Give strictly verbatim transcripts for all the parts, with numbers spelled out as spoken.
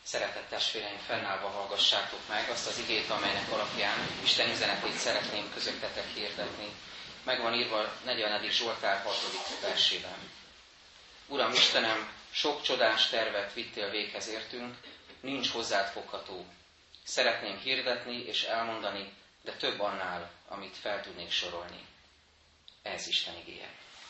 Szeretett testvéreim, fennállva hallgassátok meg azt az igét, amelynek alapján Isten üzenetét szeretném közöttetek hirdetni. Meg van írva negyvenedik Zsoltár hatodik versében. Uram Istenem, sok csodás tervet vittél véghez értünk, nincs hozzád fogható. Szeretném hirdetni és elmondani, de több annál, amit fel tudnék sorolni. Ez Isten igéje.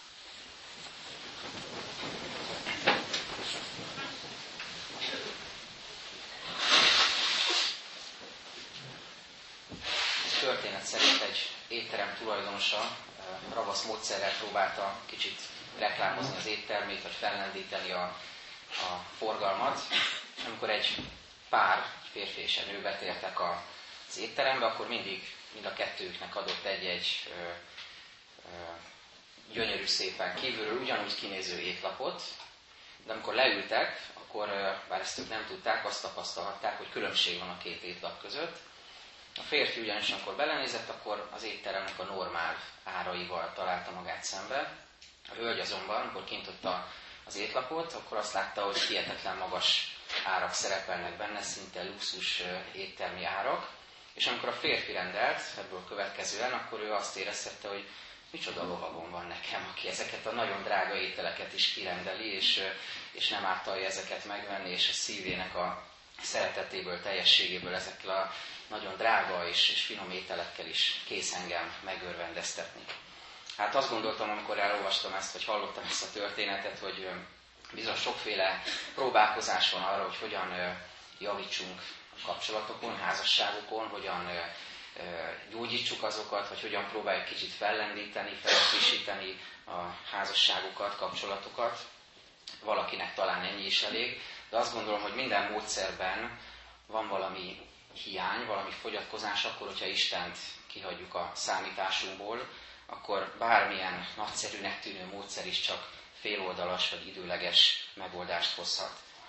Történet szerint egy étterem tulajdonosa ravasz módszerrel próbálta kicsit reklámozni az éttermét, vagy fellendíteni a, a forgalmat. Amikor egy pár, férfi és egy nő betértek az étterembe, akkor mindig mind a kettőjüknek adott egy-egy ö, ö, gyönyörű szépen kívülről ugyanúgy kinéző étlapot, de amikor leültek, akkor, bár ezt ők nem tudták, azt tapasztalhatták, hogy különbség van a két étlap között. A férfi ugyanis, amikor belenézett, akkor az étteremnek a normál áraival találta magát szembe. A hölgy azonban, amikor kintotta az étlapot, akkor azt látta, hogy hihetetlen magas árak szerepelnek benne, szinte luxus éttermi árak. És amikor a férfi rendelt, ebből következően, akkor ő azt érezhette, hogy micsoda lovagom van nekem, aki ezeket a nagyon drága ételeket is kirendeli, és, és nem ártalja ezeket megvenni, és a szívének a szeretetéből, teljességéből ezekkel a nagyon drága és, és finom ételekkel is kész engem megörvendeztetni. Hát azt gondoltam, amikor elolvastam ezt, vagy hallottam ezt a történetet, hogy bizony sokféle próbálkozás van arra, hogy hogyan javítsunk a kapcsolatokon, házasságokon, hogyan gyógyítsuk azokat, vagy hogyan próbáljuk kicsit fellendíteni, felfrissíteni a házasságokat, kapcsolatokat. Valakinek talán ennyi is elég, de azt gondolom, hogy minden módszerben van valami hiány, valami fogyatkozás, akkor, hogyha Istent kihagyjuk a számításunkból, akkor bármilyen nagyszerűnek tűnő módszer is csak féloldalas vagy időleges megoldást hozhat.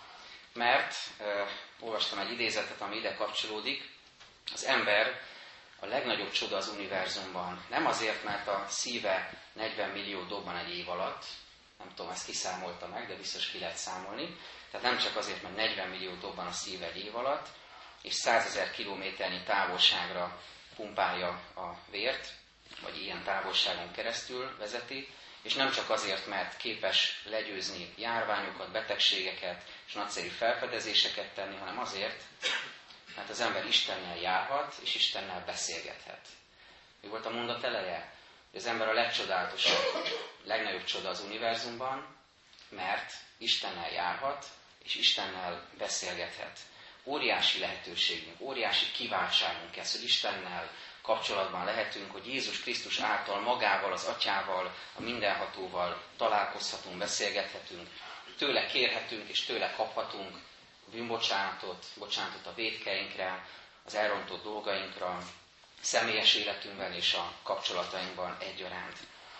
Mert, eh, olvastam egy idézetet, ami ide kapcsolódik, az ember a legnagyobb csoda az univerzumban. Nem azért, mert a szíve negyven millió dobban egy év alatt, nem tudom, ezt kiszámolta meg, de biztos ki lehet számolni, tehát nem csak azért, mert negyven millió dobban a szíve egy év alatt, és százezer kilométernyi távolságra pumpálja a vért, vagy ilyen távolságon keresztül vezeti, és nem csak azért, mert képes legyőzni járványokat, betegségeket, és nagyszerű felfedezéseket tenni, hanem azért, mert az ember Istennel járhat, és Istennel beszélgethet. Mi volt a mondat eleje? Hogy az ember a legcsodálatosabb, legnagyobb csoda az univerzumban, mert Istennel járhat, és Istennel beszélgethet. Óriási lehetőségünk, óriási kiváltságunk ez, hogy Istennel kapcsolatban lehetünk, hogy Jézus Krisztus által magával, az Atyával, a Mindenhatóval találkozhatunk, beszélgethetünk, tőle kérhetünk és tőle kaphatunk bűnbocsánatot, bocsánatot a vétkeinkre, az elrontott dolgainkra, személyes életünkben és a kapcsolatainkban egyaránt.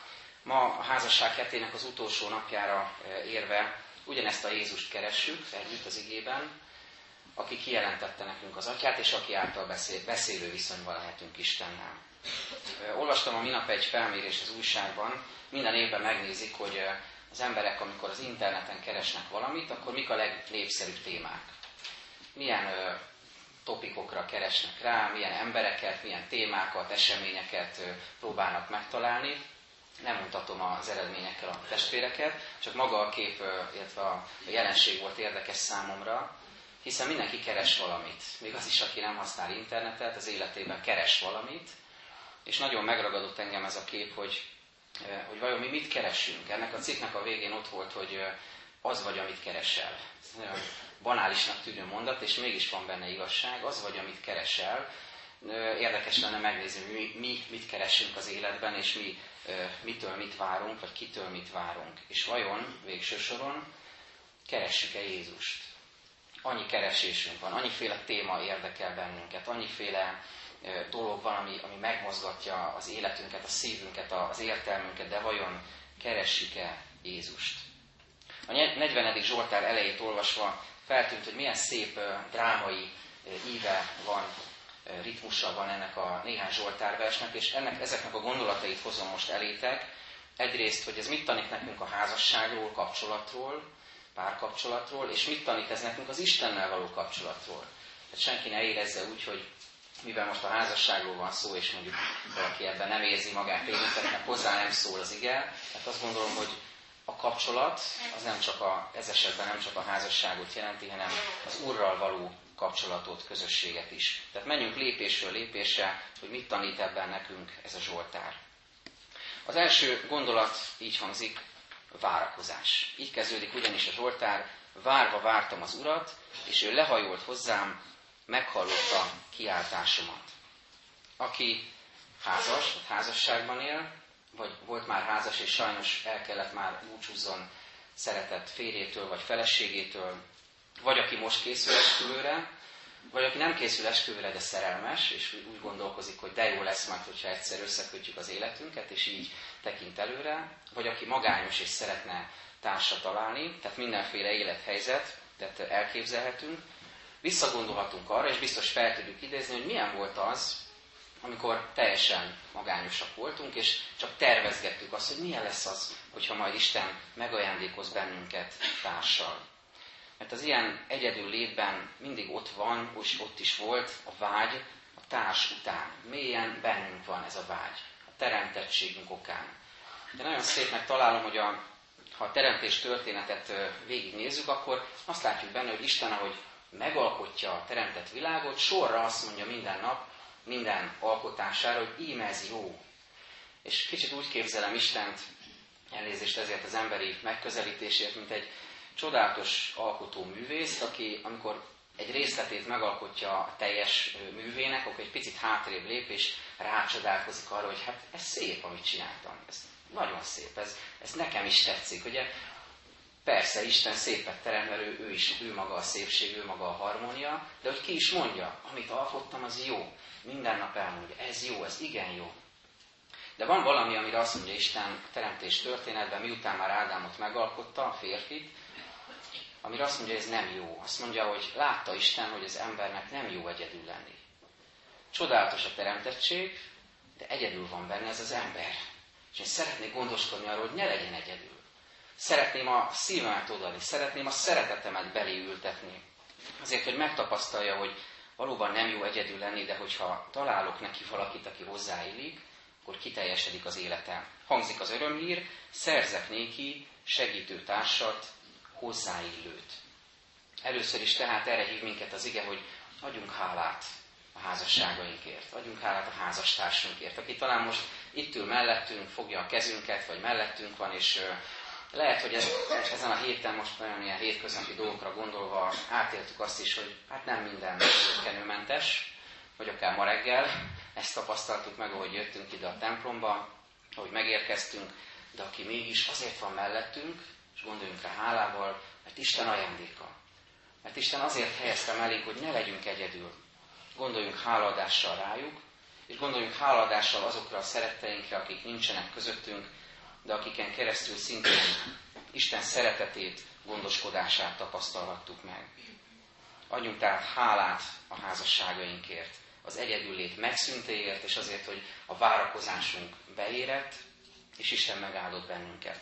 Ma a házasság hetének az utolsó napjára érve ugyanezt a Jézust keressük együtt az igében, aki kijelentette nekünk az Atyát, és aki által beszél, beszélő viszonyban lehetünk Istennel. Olvastam a minap egy felmérést az újságban, minden évben megnézik, hogy az emberek, amikor az interneten keresnek valamit, akkor mik a legnépszerűbb témák. Milyen ö, topikokra keresnek rá, milyen embereket, milyen témákat, eseményeket ö, próbálnak megtalálni. Nem mutatom az eredményekkel a testvéreket, csak maga a kép, ö, illetve a jelenség volt érdekes számomra, hiszen mindenki keres valamit. Még az is, aki nem használ internetet, az életében keres valamit, és nagyon megragadott engem ez a kép, hogy, hogy vajon mi mit keresünk. Ennek a cikknek a végén ott volt, hogy az vagy, amit keresel. Ez nagyon banálisnak tűnő mondat, és mégis van benne igazság, az vagy, amit keresel. Érdekes lenne megnézni, hogy mi, mi mit keresünk az életben, és mi mitől mit várunk, vagy kitől mit várunk. És vajon végső soron keressük-e Jézust? Annyi keresésünk van, annyiféle téma érdekel bennünket, annyiféle dolog van, ami, ami megmozgatja az életünket, a szívünket, az értelmünket, de vajon keressük-e Jézust? A negyvenedik Zsoltár elejét olvasva feltűnt, hogy milyen szép drámai íve van, ritmusa van ennek a néhány Zsoltárversnek, és ennek, ezeknek a gondolatait hozom most elétek. Egyrészt, hogy ez mit tanít nekünk a házasságról, kapcsolatról, párkapcsolatról, és mit tanít ez nekünk az Istennel való kapcsolatról. Tehát senki ne érezze úgy, hogy mivel most a házasságról van szó, és mondjuk valaki ebben nem érzi magát érintettnek, hozzá nem szól az ige. Hát azt gondolom, hogy a kapcsolat az nem csak a, ez esetben nem csak a házasságot jelenti, hanem az Úrral való kapcsolatot, közösséget is. Tehát menjünk lépésről lépésre, hogy mit tanít ebben nekünk ez a Zsoltár. Az első gondolat így hangzik, várakozás. Így kezdődik ugyanis a Zsoltár, várva vártam az Urat, és ő lehajolt hozzám, meghallotta kiáltásomat. Aki házas, vagy házasságban él, vagy volt már házas, és sajnos el kellett már búcsúzzon szeretett férjétől, vagy feleségétől, vagy aki most készül esküvőre, vagy aki nem készül esküvőre, de szerelmes, és úgy gondolkozik, hogy de jó lesz majd, hogyha egyszer összekötjük az életünket, és így tekint előre, vagy aki magányos és szeretne társat találni, tehát mindenféle élethelyzet, tehát elképzelhetünk. Visszagondolhatunk arra, és biztos fel tudjuk idézni, hogy milyen volt az, amikor teljesen magányosak voltunk, és csak tervezgettük azt, hogy milyen lesz az, hogyha majd Isten megajándékoz bennünket társal. Mert az ilyen egyedül létben mindig ott van, és ott is volt a vágy a társ után. Mélyen bennünk van ez a vágy, a teremtettségünk okán. De nagyon szépnek találom, hogy a, ha a teremtés történetet végignézzük, akkor azt látjuk benne, hogy Isten, ahogy megalkotja a teremtett világot, sorra azt mondja minden nap, minden alkotására, hogy íme ez jó. És kicsit úgy képzelem Istent, elnézést ezért az emberi megközelítésért, mint egy csodálatos alkotó művészt, aki amikor egy részletét megalkotja a teljes művének, akkor egy picit hátrébb lép, és rácsodálkozik arra, hogy hát ez szép, amit csináltam. Ez nagyon szép, ez, ez nekem is tetszik. Ugye? Persze, Isten szépet terem, mert ő, ő is, ő maga a szépség, ő maga a harmónia, de hogy ki is mondja, amit alkottam, az jó. Minden nap elmondja, ez jó, ez igen jó. De van valami, amire azt mondja Isten teremtés történetben, miután már Ádámot megalkotta, a férfit, amire azt mondja, hogy ez nem jó. Azt mondja, hogy látta Isten, hogy az embernek nem jó egyedül lenni. Csodálatos a teremtettség, de egyedül van benne ez az ember. És én szeretnék gondoskodni arról, hogy ne legyen egyedül. Szeretném a szívemet odaadni, szeretném a szeretetemet belé ültetni. Azért, hogy megtapasztalja, hogy valóban nem jó egyedül lenni, de hogyha találok neki valakit, aki hozzáillik, akkor kiteljesedik az életem. Hangzik az örömhír, szerzek néki segítő társat, hozzáillőt. Először is tehát erre hív minket az ige, hogy adjunk hálát a házasságainkért, adjunk hálát a házastársunkért, aki talán most itt ül mellettünk, fogja a kezünket, vagy mellettünk van, és lehet, hogy ez, ezen a héten most olyan ilyen hétköznapi dolgokra gondolva átéltük azt is, hogy hát nem minden zökkenőmentes, vagy akár ma reggel, ezt tapasztaltuk meg, ahogy jöttünk ide a templomba, ahogy megérkeztünk, de aki mégis azért van mellettünk, és gondoljunk rá hálával, mert Isten ajándéka. Mert Isten azért helyezte elénk, hogy ne legyünk egyedül. Gondoljunk hálaadással rájuk, és gondoljunk hálaadással azokra a szeretteinkre, akik nincsenek közöttünk, de akiken keresztül szintén Isten szeretetét, gondoskodását tapasztalhattuk meg. Adjunk tehát hálát a házasságainkért, az egyedüllét megszüntéért, és azért, hogy a várakozásunk beérett, és Isten megáldott bennünket.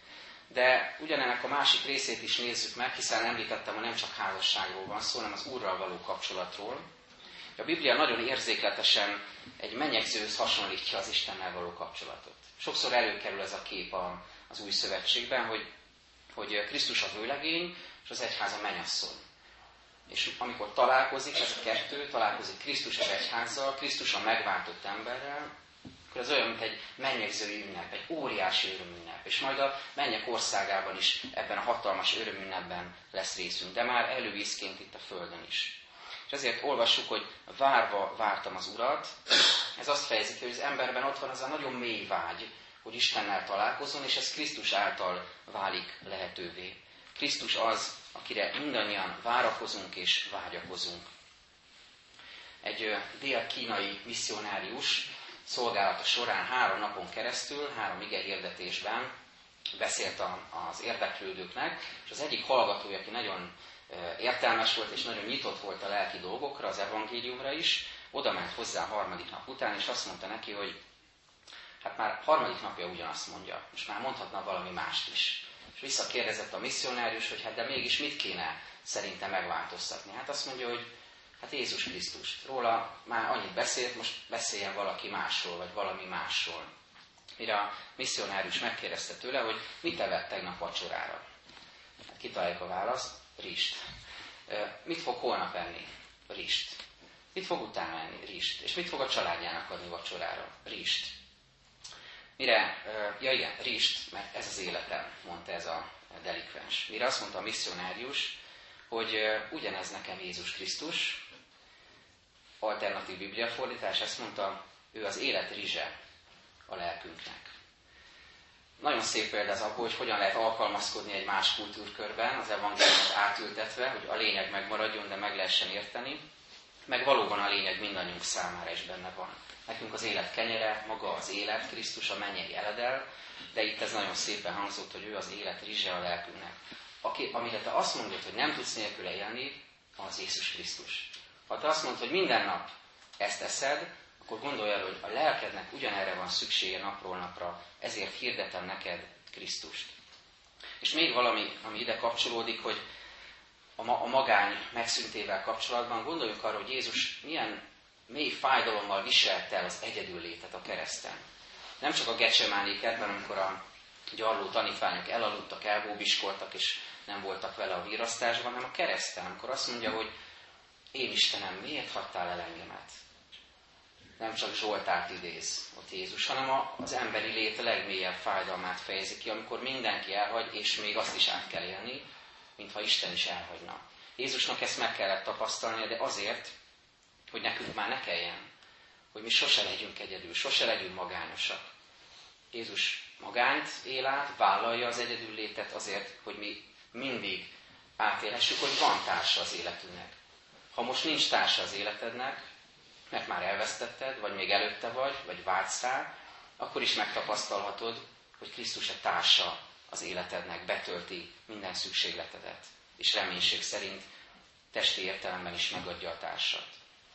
De ugyanennek a másik részét is nézzük meg, hiszen említettem, hogy nem csak házasságról van szó, hanem az Úrral való kapcsolatról. A Biblia nagyon érzékletesen egy menyegzőhöz hasonlítja az Istennel való kapcsolatot. Sokszor előkerül ez a kép az Új Szövetségben, hogy, hogy Krisztus a vőlegény, és az egyház a mennyasszony. És amikor találkozik ez a kettő, találkozik Krisztus az egyházzal, Krisztus a megváltott emberrel, akkor ez olyan, mint egy mennyegzői ünnep, egy óriási örömünnep. És majd a mennyek országában is ebben a hatalmas örömünnepben lesz részünk, de már elővízként itt a földön is. És ezért olvassuk, hogy várva vártam az Urat. Ez azt fejezi ki, hogy az emberben ott van az a nagyon mély vágy, hogy Istennel találkozzon, és ez Krisztus által válik lehetővé. Krisztus az, akire mindannyian várakozunk és vágyakozunk. Egy dél-kínai misszionárius szolgálata során három napon keresztül, három igehirdetésben beszélt az érdeklődőknek, és az egyik hallgatója, aki nagyon értelmes volt és nagyon nyitott volt a lelki dolgokra, az evangéliumra is, oda ment hozzá a harmadik nap után, és azt mondta neki, hogy hát már harmadik napja ugyanazt mondja, és már mondhatna valami mást is. És visszakérdezett a misszionárius, hogy hát de mégis mit kéne szerinte megváltoztatni. Hát azt mondja, hogy hát Jézus Krisztust. Róla már annyit beszélt, most beszéljen valaki másról, vagy valami másról. Mire a misszionárius megkérdezte tőle, hogy mit evett tegnap vacsorára. Hát kitaláljuk a választ, rizst. Mit fog holnap enni? Rizst. Mit fog utána enni? Rizst. És mit fog a családjának adni vacsorára? Rizst. Mire, ja igen, rizst, mert ez az életem, mondta ez a delikvens. Mire azt mondta a misszionárius, hogy ugyanez nekem Jézus Krisztus, alternatív bibliafordítás, ezt mondta, ő az élet rizse a lelkünknek. Nagyon szép példa az abból, hogy hogyan lehet alkalmazkodni egy más kultúrkörben, az evangéliumot átültetve, hogy a lényeg megmaradjon, de meg lehessen érteni, meg valóban a lényeg mindannyiunk számára is benne van. Nekünk az élet kenyere, maga az élet, Krisztus a mennyei eledel, de itt ez nagyon szépen hangzott, hogy ő az élet rizse a lelkünknek. Aki, amire te azt mondod, hogy nem tudsz nélküle élni, az Jézus Krisztus. Ha te azt mondod, hogy minden nap ezt eszed, akkor gondolj el, hogy a lelkednek ugyanerre van szüksége napról napra, ezért hirdetem neked Krisztust. És még valami, ami ide kapcsolódik, hogy a magány megszűntével kapcsolatban gondoljunk arra, hogy Jézus milyen mély fájdalommal viselte el az egyedüllétet a kereszten. Nem csak a Getsemáné kertben, amikor a gyarló tanítványok elaludtak, elbóbiskoltak, és nem voltak vele a virasztásban, hanem a kereszten, amikor azt mondja, hogy én Istenem, miért hagytál el engemet? Nem csak Zsoltárt idéz ott Jézus, hanem az emberi lét legmélyebb fájdalmát fejezi ki, amikor mindenki elhagy, és még azt is át kell élni, mintha Isten is elhagyna. Jézusnak ezt meg kellett tapasztalnia, de azért, hogy nekünk már ne kelljen, hogy mi sose legyünk egyedül, sose legyünk magányosak. Jézus magányt él át, vállalja az egyedül létet azért, hogy mi mindig átélhessük, hogy van társa az életünknek. Ha most nincs társa az életednek, mert már elvesztetted, vagy még előtte vagy, vagy vágysz rá, akkor is megtapasztalhatod, hogy Krisztus a társa az életednek, betölti minden szükségletedet, és reménység szerint testi értelemben is megadja a társat.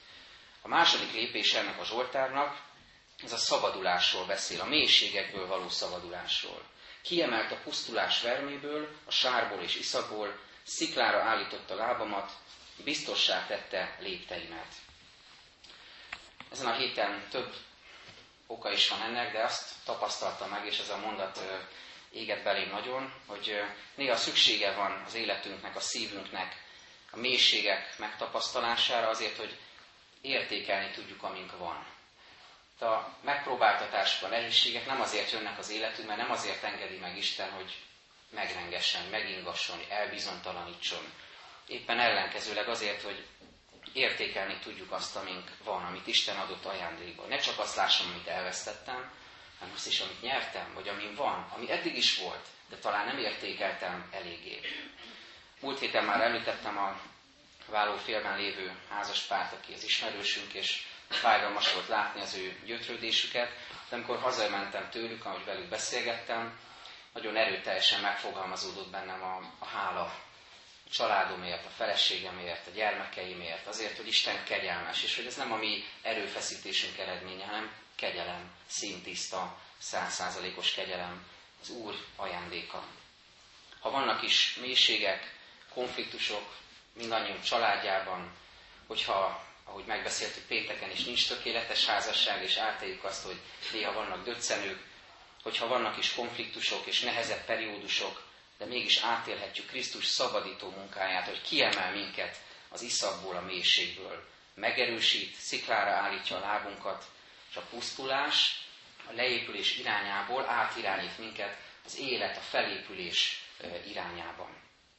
A második lépés ennek a Zsoltárnak, ez a szabadulásról beszél, a mélységekből való szabadulásról. Kiemelt a pusztulás verméből, a sárból és iszapból, sziklára állította lábamat, biztossá tette lépteimet. Ezen a héten több oka is van ennek, de azt tapasztaltam meg, és ez a mondat éget belém nagyon, hogy néha szüksége van az életünknek, a szívünknek, a mélységek megtapasztalására azért, hogy értékelni tudjuk, amink van. A megpróbáltatások, a nehézségek nem azért jönnek az életünkben, nem azért engedi meg Isten, hogy megrengessen, megingasson, elbizonytalanítson. Éppen ellenkezőleg azért, hogy értékelni tudjuk azt, amink van, amit Isten adott ajándékban. Ne csak azt lássam, amit elvesztettem, hanem azt is, amit nyertem, vagy amin van, ami eddig is volt, de talán nem értékeltem eléggé. Múlt héten már említettem a válófélben lévő házaspárt, aki az ismerősünk, és fájdalmas volt látni az ő gyötrődésüket, de amikor hazamentem tőlük, ahogy velük beszélgettem, nagyon erőteljesen megfogalmazódott bennem a, a hála a családomért, a feleségemért, a gyermekeimért, azért, hogy Isten kegyelmes, és hogy ez nem a mi erőfeszítésünk eredménye, hanem kegyelem, színtiszta, százszázalékos kegyelem, az Úr ajándéka. Ha vannak is mélységek, konfliktusok mindannyiunk családjában, hogyha, ahogy megbeszéltük pénteken is, nincs tökéletes házasság, és átéljük azt, hogy néha vannak döccenők, hogyha vannak is konfliktusok és nehezebb periódusok, de mégis átélhetjük Krisztus szabadító munkáját, hogy kiemel minket az iszapból, a mélységből. Megerősít, sziklára állítja a lábunkat, és a pusztulás, a leépülés irányából átirányít minket az élet, a felépülés irányában.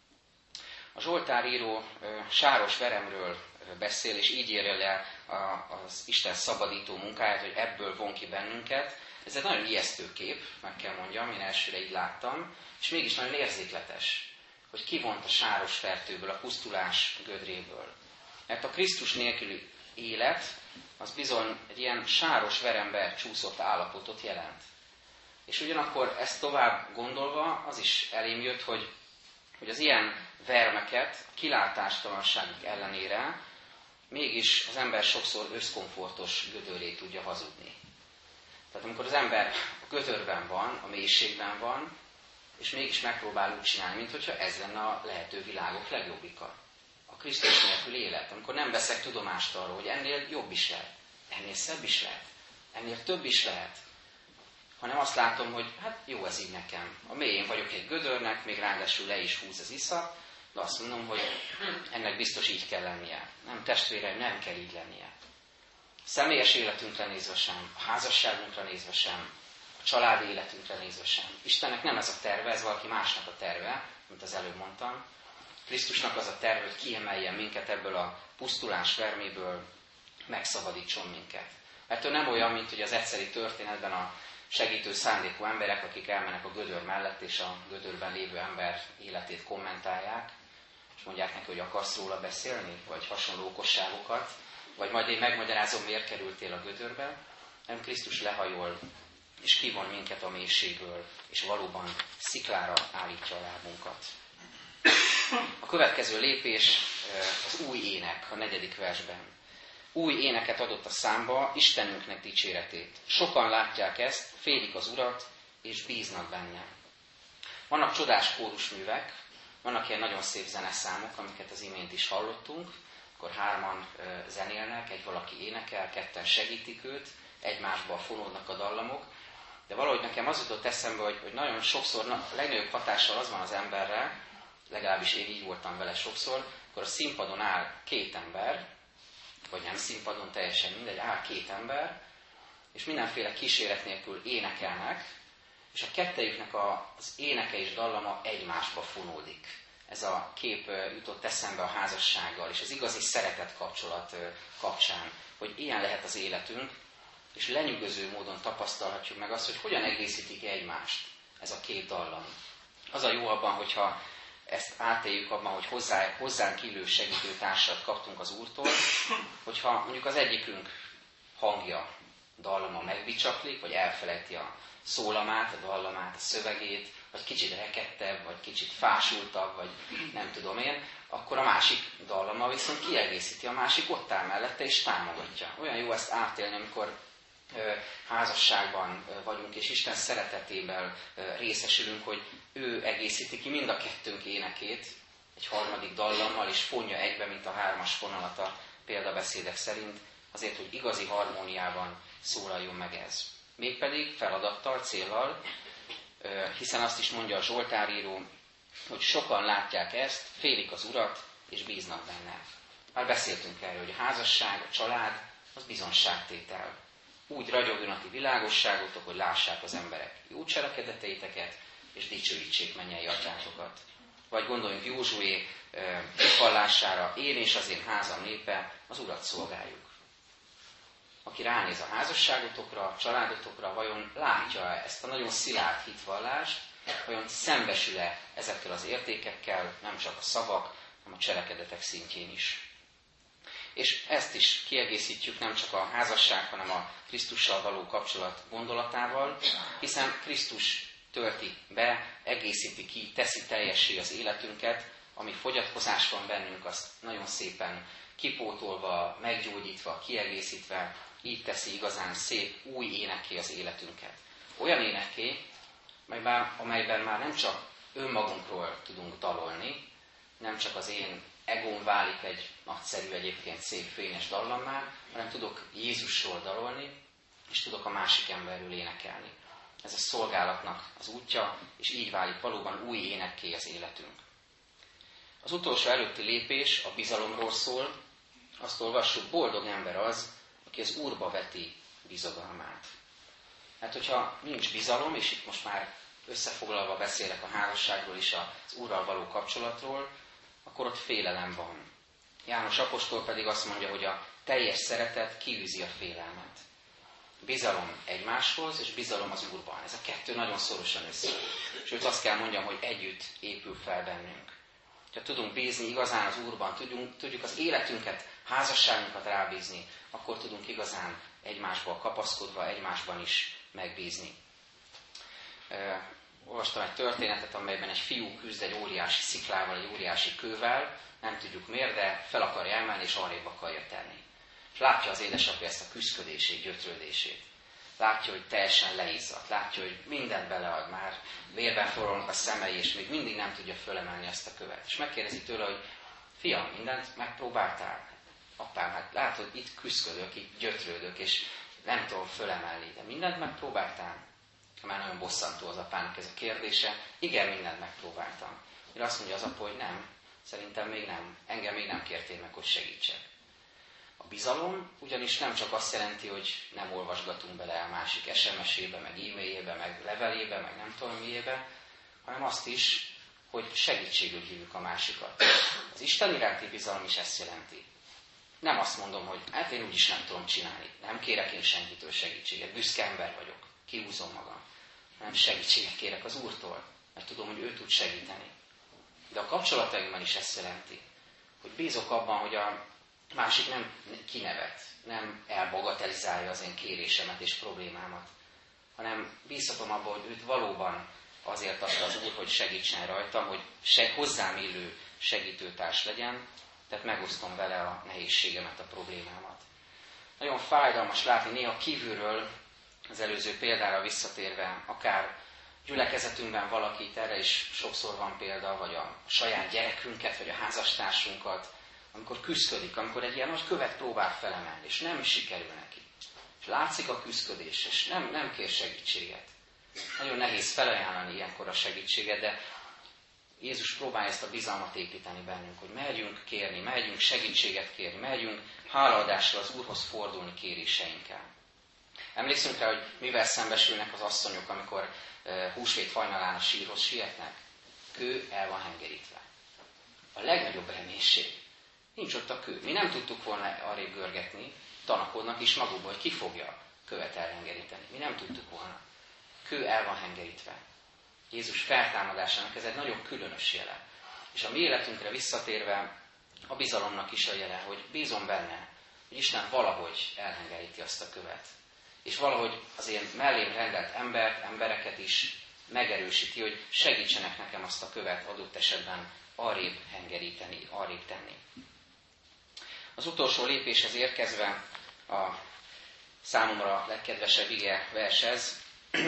A Zsoltáríró sáros veremről beszél, és így írja le az Isten szabadító munkáját, hogy ebből von ki bennünket. Ez egy nagyon ijesztő kép, meg kell mondjam, én elsőre így láttam, és mégis nagyon érzékletes, hogy kivont a sáros fertőből, a pusztulás gödréből. Mert a Krisztus nélküli élet, az bizony egy ilyen sáros verembe csúszott állapotot jelent. És ugyanakkor ezt tovább gondolva, az is elém jött, hogy, hogy az ilyen vermeket, kilátástalanságuk ellenére mégis az ember sokszor összkomfortos gödörré tudja hazudni. Tehát amikor az ember a gödörben van, a mélységben van, és mégis megpróbál úgy csinálni, mintha ez lenne a lehető világok legjobbika. A Krisztus nélkül élet, amikor nem veszek tudomást arról, hogy ennél jobb is lehet, ennél szebb is lehet, ennél több is lehet, hanem azt látom, hogy hát jó ez így nekem. A mélyén vagyok egy gödörnek, még ráadásul le is húz az iszap, de azt mondom, hogy ennek biztos így kell lennie. Nem testvéreim, nem kell így lennie. A személyes életünkre nézve sem, a házasságunkra nézve sem, a családi életünkre nézve sem. Istennek nem ez a terve, ez valaki másnak a terve, mint az előbb mondtam. Krisztusnak az a terve, hogy kiemeljen minket ebből a pusztulás verméből, megszabadítson minket. Mert ő nem olyan, mint hogy az egyszeri történetben a segítő szándékú emberek, akik elmennek a gödör mellett, és a gödörben lévő ember életét kommentálják, és mondják neki, hogy akarsz róla beszélni, vagy hasonló okosságokat, vagy majd én megmagyarázom, miért kerültél a gödörbe. Nem, Krisztus lehajol, és kivon minket a mélységből, és valóban sziklára állítja a lábunkat. A következő lépés az új ének, a negyedik versben. Új éneket adott a számba, Istenünknek dicséretét. Sokan látják ezt, félik az Urat, és bíznak benne. Vannak csodás kórusművek, vannak ilyen nagyon szép zeneszámok, amiket az imént is hallottunk, akkor hárman zenélnek, egy valaki énekel, ketten segítik őt, egymásba fonódnak a dallamok, de valahogy nekem az jutott eszembe, hogy, hogy nagyon sokszor, na, a legnagyobb hatással az van az emberre, legalábbis én így voltam vele sokszor, akkor a színpadon áll két ember, vagy nem színpadon, teljesen mindegy, áll két ember, és mindenféle kíséret nélkül énekelnek, és a kettejüknek az éneke és dallama egymásba fonódik. Ez a kép jutott eszembe a házassággal, és az igazi szeretet kapcsolat kapcsán, hogy ilyen lehet az életünk, és lenyűgöző módon tapasztalhatjuk meg azt, hogy hogyan egészítik egymást ez a két dallam. Az a jó abban, hogyha ezt átéljük abban, hogy hozzá, hozzánk illő segítőtársat kaptunk az Úrtól, hogyha mondjuk az egyikünk hangja, dallama megbicsaklik, vagy elfelejti a szólamát, a dallamát, a szövegét, vagy kicsit rekedtebb, vagy kicsit fásultabb, vagy nem tudom én, akkor a másik dallama viszont kiegészíti, a másik ott áll mellette és támogatja. Olyan jó ezt átélni, amikor ö, házasságban vagyunk, és Isten szeretetében ö, részesülünk, hogy ő egészíti ki mind a kettőnk énekét egy harmadik dallammal, és fonja egybe, mint a hármas fonalat a példabeszédek szerint, azért, hogy igazi harmóniában szólaljon meg ez. Mégpedig feladattal, céllal, hiszen azt is mondja a Zsoltáríró, hogy sokan látják ezt, félik az Urat, és bíznak benne. Már beszéltünk erről, hogy a házasság, a család, az bizonságtétel. Úgy ragyogjon a ti világosságotok, hogy lássák az emberek jó cselekedeteiteket, és dicsőítsék mennyei atyátokat. Vagy gondoljunk Józsué hitvallássára, én és az én házam népe az Urat szolgáljuk. Aki ránéz a házasságotokra, a családotokra, vajon látja ezt a nagyon szilárd hitvallást, vajon szembesül-e ezekkel az értékekkel, nem csak a szavak, hanem a cselekedetek szintjén is. És ezt is kiegészítjük nem csak a házasság, hanem a Krisztussal való kapcsolat gondolatával, hiszen Krisztus tölti be, egészíti ki, teszi teljessé az életünket, ami fogyatkozás van bennünk, azt nagyon szépen kipótolva, meggyógyítva, kiegészítve, így teszi igazán szép, új énekké az életünket. Olyan énekké, amelyben már nem csak önmagunkról tudunk dalolni, nem csak az én egóm válik egy nagyszerű, egyébként szép, fényes dallammá, hanem tudok Jézusról dalolni, és tudok a másik emberről énekelni. Ez a szolgálatnak az útja, és így válik valóban új énekké az életünk. Az utolsó előtti lépés a bizalomról szól, azt olvassuk, boldog ember az, aki az Úrba veti bizodalmát. Hát, hogyha nincs bizalom, és itt most már összefoglalva beszélek a házasságról és az Úrral való kapcsolatról, akkor ott félelem van. János apostol pedig azt mondja, hogy a teljes szeretet kiűzi a félelmet. Bizalom egymáshoz, és bizalom az Úrban. Ez a kettő nagyon szorosan össze. Sőt, azt kell mondjam, hogy együtt épül fel bennünk. Ha tudunk bízni igazán az Úrban, tudjunk, tudjuk az életünket, házasságunkat rábízni, akkor tudunk igazán egymásba kapaszkodva, egymásban is megbízni. E, olvastam egy történetet, amelyben egy fiú küzd egy óriási sziklával, egy óriási kővel, nem tudjuk miért, de fel akarja emelni, és arrébb akarja tenni. És látja az édesapja ezt a küszködését, gyötrődését. Látja, hogy teljesen leizzadt, látja, hogy mindent belead már, vérben forrolnak a szemei, és még mindig nem tudja fölemelni azt a követ. És megkérdezi tőle, hogy fiam, mindent megpróbáltál? Apám, hát látod, itt küszködök, itt gyötrődök, és nem tudom fölemelni, de mindent megpróbáltál? Már nagyon bosszantó az apának ez a kérdése. Igen, mindent megpróbáltam. Mire azt mondja az apa, hogy nem, szerintem még nem, engem még nem kértél meg, hogy segítsek. A bizalom ugyanis nem csak azt jelenti, hogy nem olvasgatunk bele a másik es em es-ébe, meg e-mailjébe, meg levelébe, meg nem tudom miébe, hanem azt is, hogy segítségül hívjuk a másikat. Az Isten iránti bizalom is ezt jelenti. Nem azt mondom, hogy hát én úgyis nem tudom csinálni, nem kérek én senkitől segítséget, büszke ember vagyok, kihúzom magam, hanem segítséget kérek az Úrtól, mert tudom, hogy ő tud segíteni. De a kapcsolatainkban is ezt jelenti, hogy bízok abban, hogy a másik nem kinevet, nem elbagatelizálja az én kérésemet és problémámat, hanem bízhatom abban, hogy őt valóban azért adta az Úr, hogy segítsen rajtam, hogy se, hozzám illő segítőtárs legyen, tehát megosztom vele a nehézségemet, a problémámat. Nagyon fájdalmas látni néha kívülről, az előző példára visszatérve, akár gyülekezetünkben valakit, erre is sokszor van példa, vagy a saját gyerekünket, vagy a házastársunkat, amikor küszködik, amikor egy ilyen nagy követ próbál felemelni, és nem sikerül neki. És látszik a küszködés, és nem, nem kér segítséget. Nagyon nehéz felajánlani ilyenkor a segítséget, de Jézus próbálja ezt a bizalmat építeni bennünk, hogy merjünk kérni, merjünk segítséget kérni, merjünk hálaadással az Úrhoz fordulni kéréseinkkel. Emlékszünk rá, hogy mivel szembesülnek az asszonyok, amikor uh, húsvét hajnalán a sírhoz sietnek? Kő el van hengerítve. A legnagyobb reménység. Nincs ott a kő. Mi nem tudtuk volna arrébb görgetni, tanakodnak is magukból, hogy ki fogja követ elhengeríteni. Mi nem tudtuk volna. Kő el van hengerítve. Jézus feltámadásának ez egy nagyon különös jele. És a mi életünkre visszatérve a bizalomnak is a jele, hogy bízom benne, hogy Isten valahogy elhengeríti azt a követ. És valahogy az én mellém rendelt embert, embereket is megerősíti, hogy segítsenek nekem azt a követ adott esetben arrébb hengeríteni, arrébb tenni. Az utolsó lépéshez érkezve a számomra legkedvesebb ige vers ez,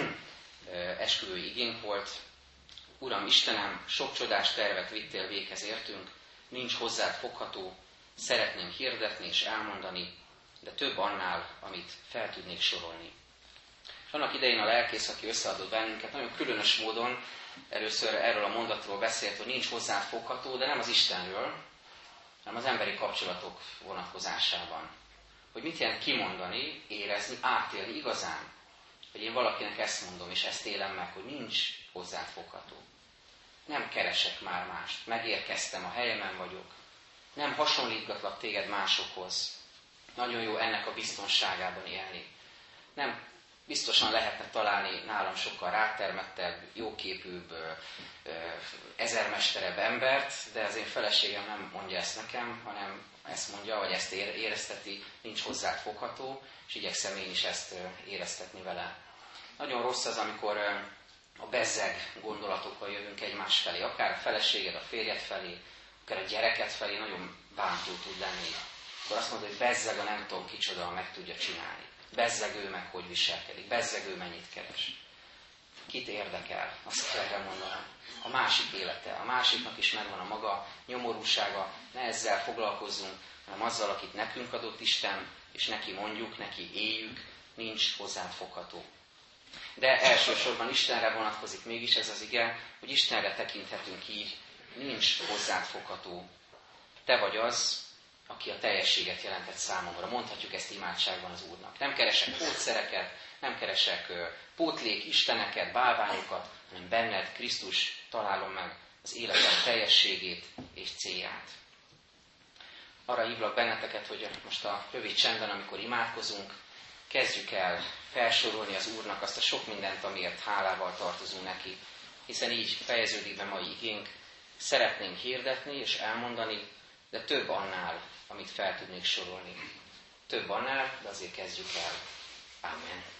esküvői igénk volt. Uram Istenem, sok csodás tervet vittél véghez értünk, nincs hozzád fogható, szeretném hirdetni és elmondani, de több annál, amit fel tudnék sorolni. És annak idején a lelkész, aki összeadott bennünket, nagyon különös módon először erről a mondatról beszélt, hogy nincs hozzád fogható, de nem az Istenről, hanem az emberi kapcsolatok vonatkozásában. Hogy mit jelent kimondani, érezni, átélni igazán. Hogy én valakinek ezt mondom, és ezt élem meg, hogy nincs hozzád fogható. Nem keresek már mást, megérkeztem, a helyemen vagyok. Nem hasonlítgatlak téged másokhoz. Nagyon jó ennek a biztonságában élni. Nem biztosan lehetne találni nálam sokkal rátermettebb, jóképűbb, ezermesterebb embert, de az én feleségem nem mondja ezt nekem, hanem ezt mondja, vagy ezt érezteti, nincs hozzád fogható, és igyekszem én is ezt éreztetni vele. Nagyon rossz az, amikor a bezzeg gondolatokkal jövünk egymás felé, akár a feleséged, a férjed felé, akár a gyereket felé, nagyon bántó tud lenni. Akkor azt mondod, hogy bezzeg a nem tudom kicsoda, meg tudja csinálni. Bezzeg ő meg hogy viselkedik, bezzeg ő mennyit keres. Kit érdekel, azt kell erre mondanom. A másik élete, a másiknak is megvan a maga nyomorúsága, ne ezzel foglalkozzunk, hanem azzal, akit nekünk adott Isten, és neki mondjuk, neki éljük, nincs hozzád fogható. De elsősorban Istenre vonatkozik mégis ez az ige, hogy Istenre tekinthetünk így, nincs hozzád fogható. Te vagy az, aki a teljességet jelentett számomra. Mondhatjuk ezt imádságban az Úrnak. Nem keresek pótszereket, nem keresek pótlék isteneket, bálványokat, hanem benned, Krisztus, találom meg az életem teljességét és célját. Arra hívlak benneteket, hogy most a rövid csendben, amikor imádkozunk, kezdjük el felsorolni az Úrnak azt a sok mindent, amiért hálával tartozunk neki. Hiszen így fejeződik be mai igénk, szeretnénk hirdetni és elmondani, de több annál, amit fel tudnék sorolni. Több annál, de azért kezdjük el. Amen.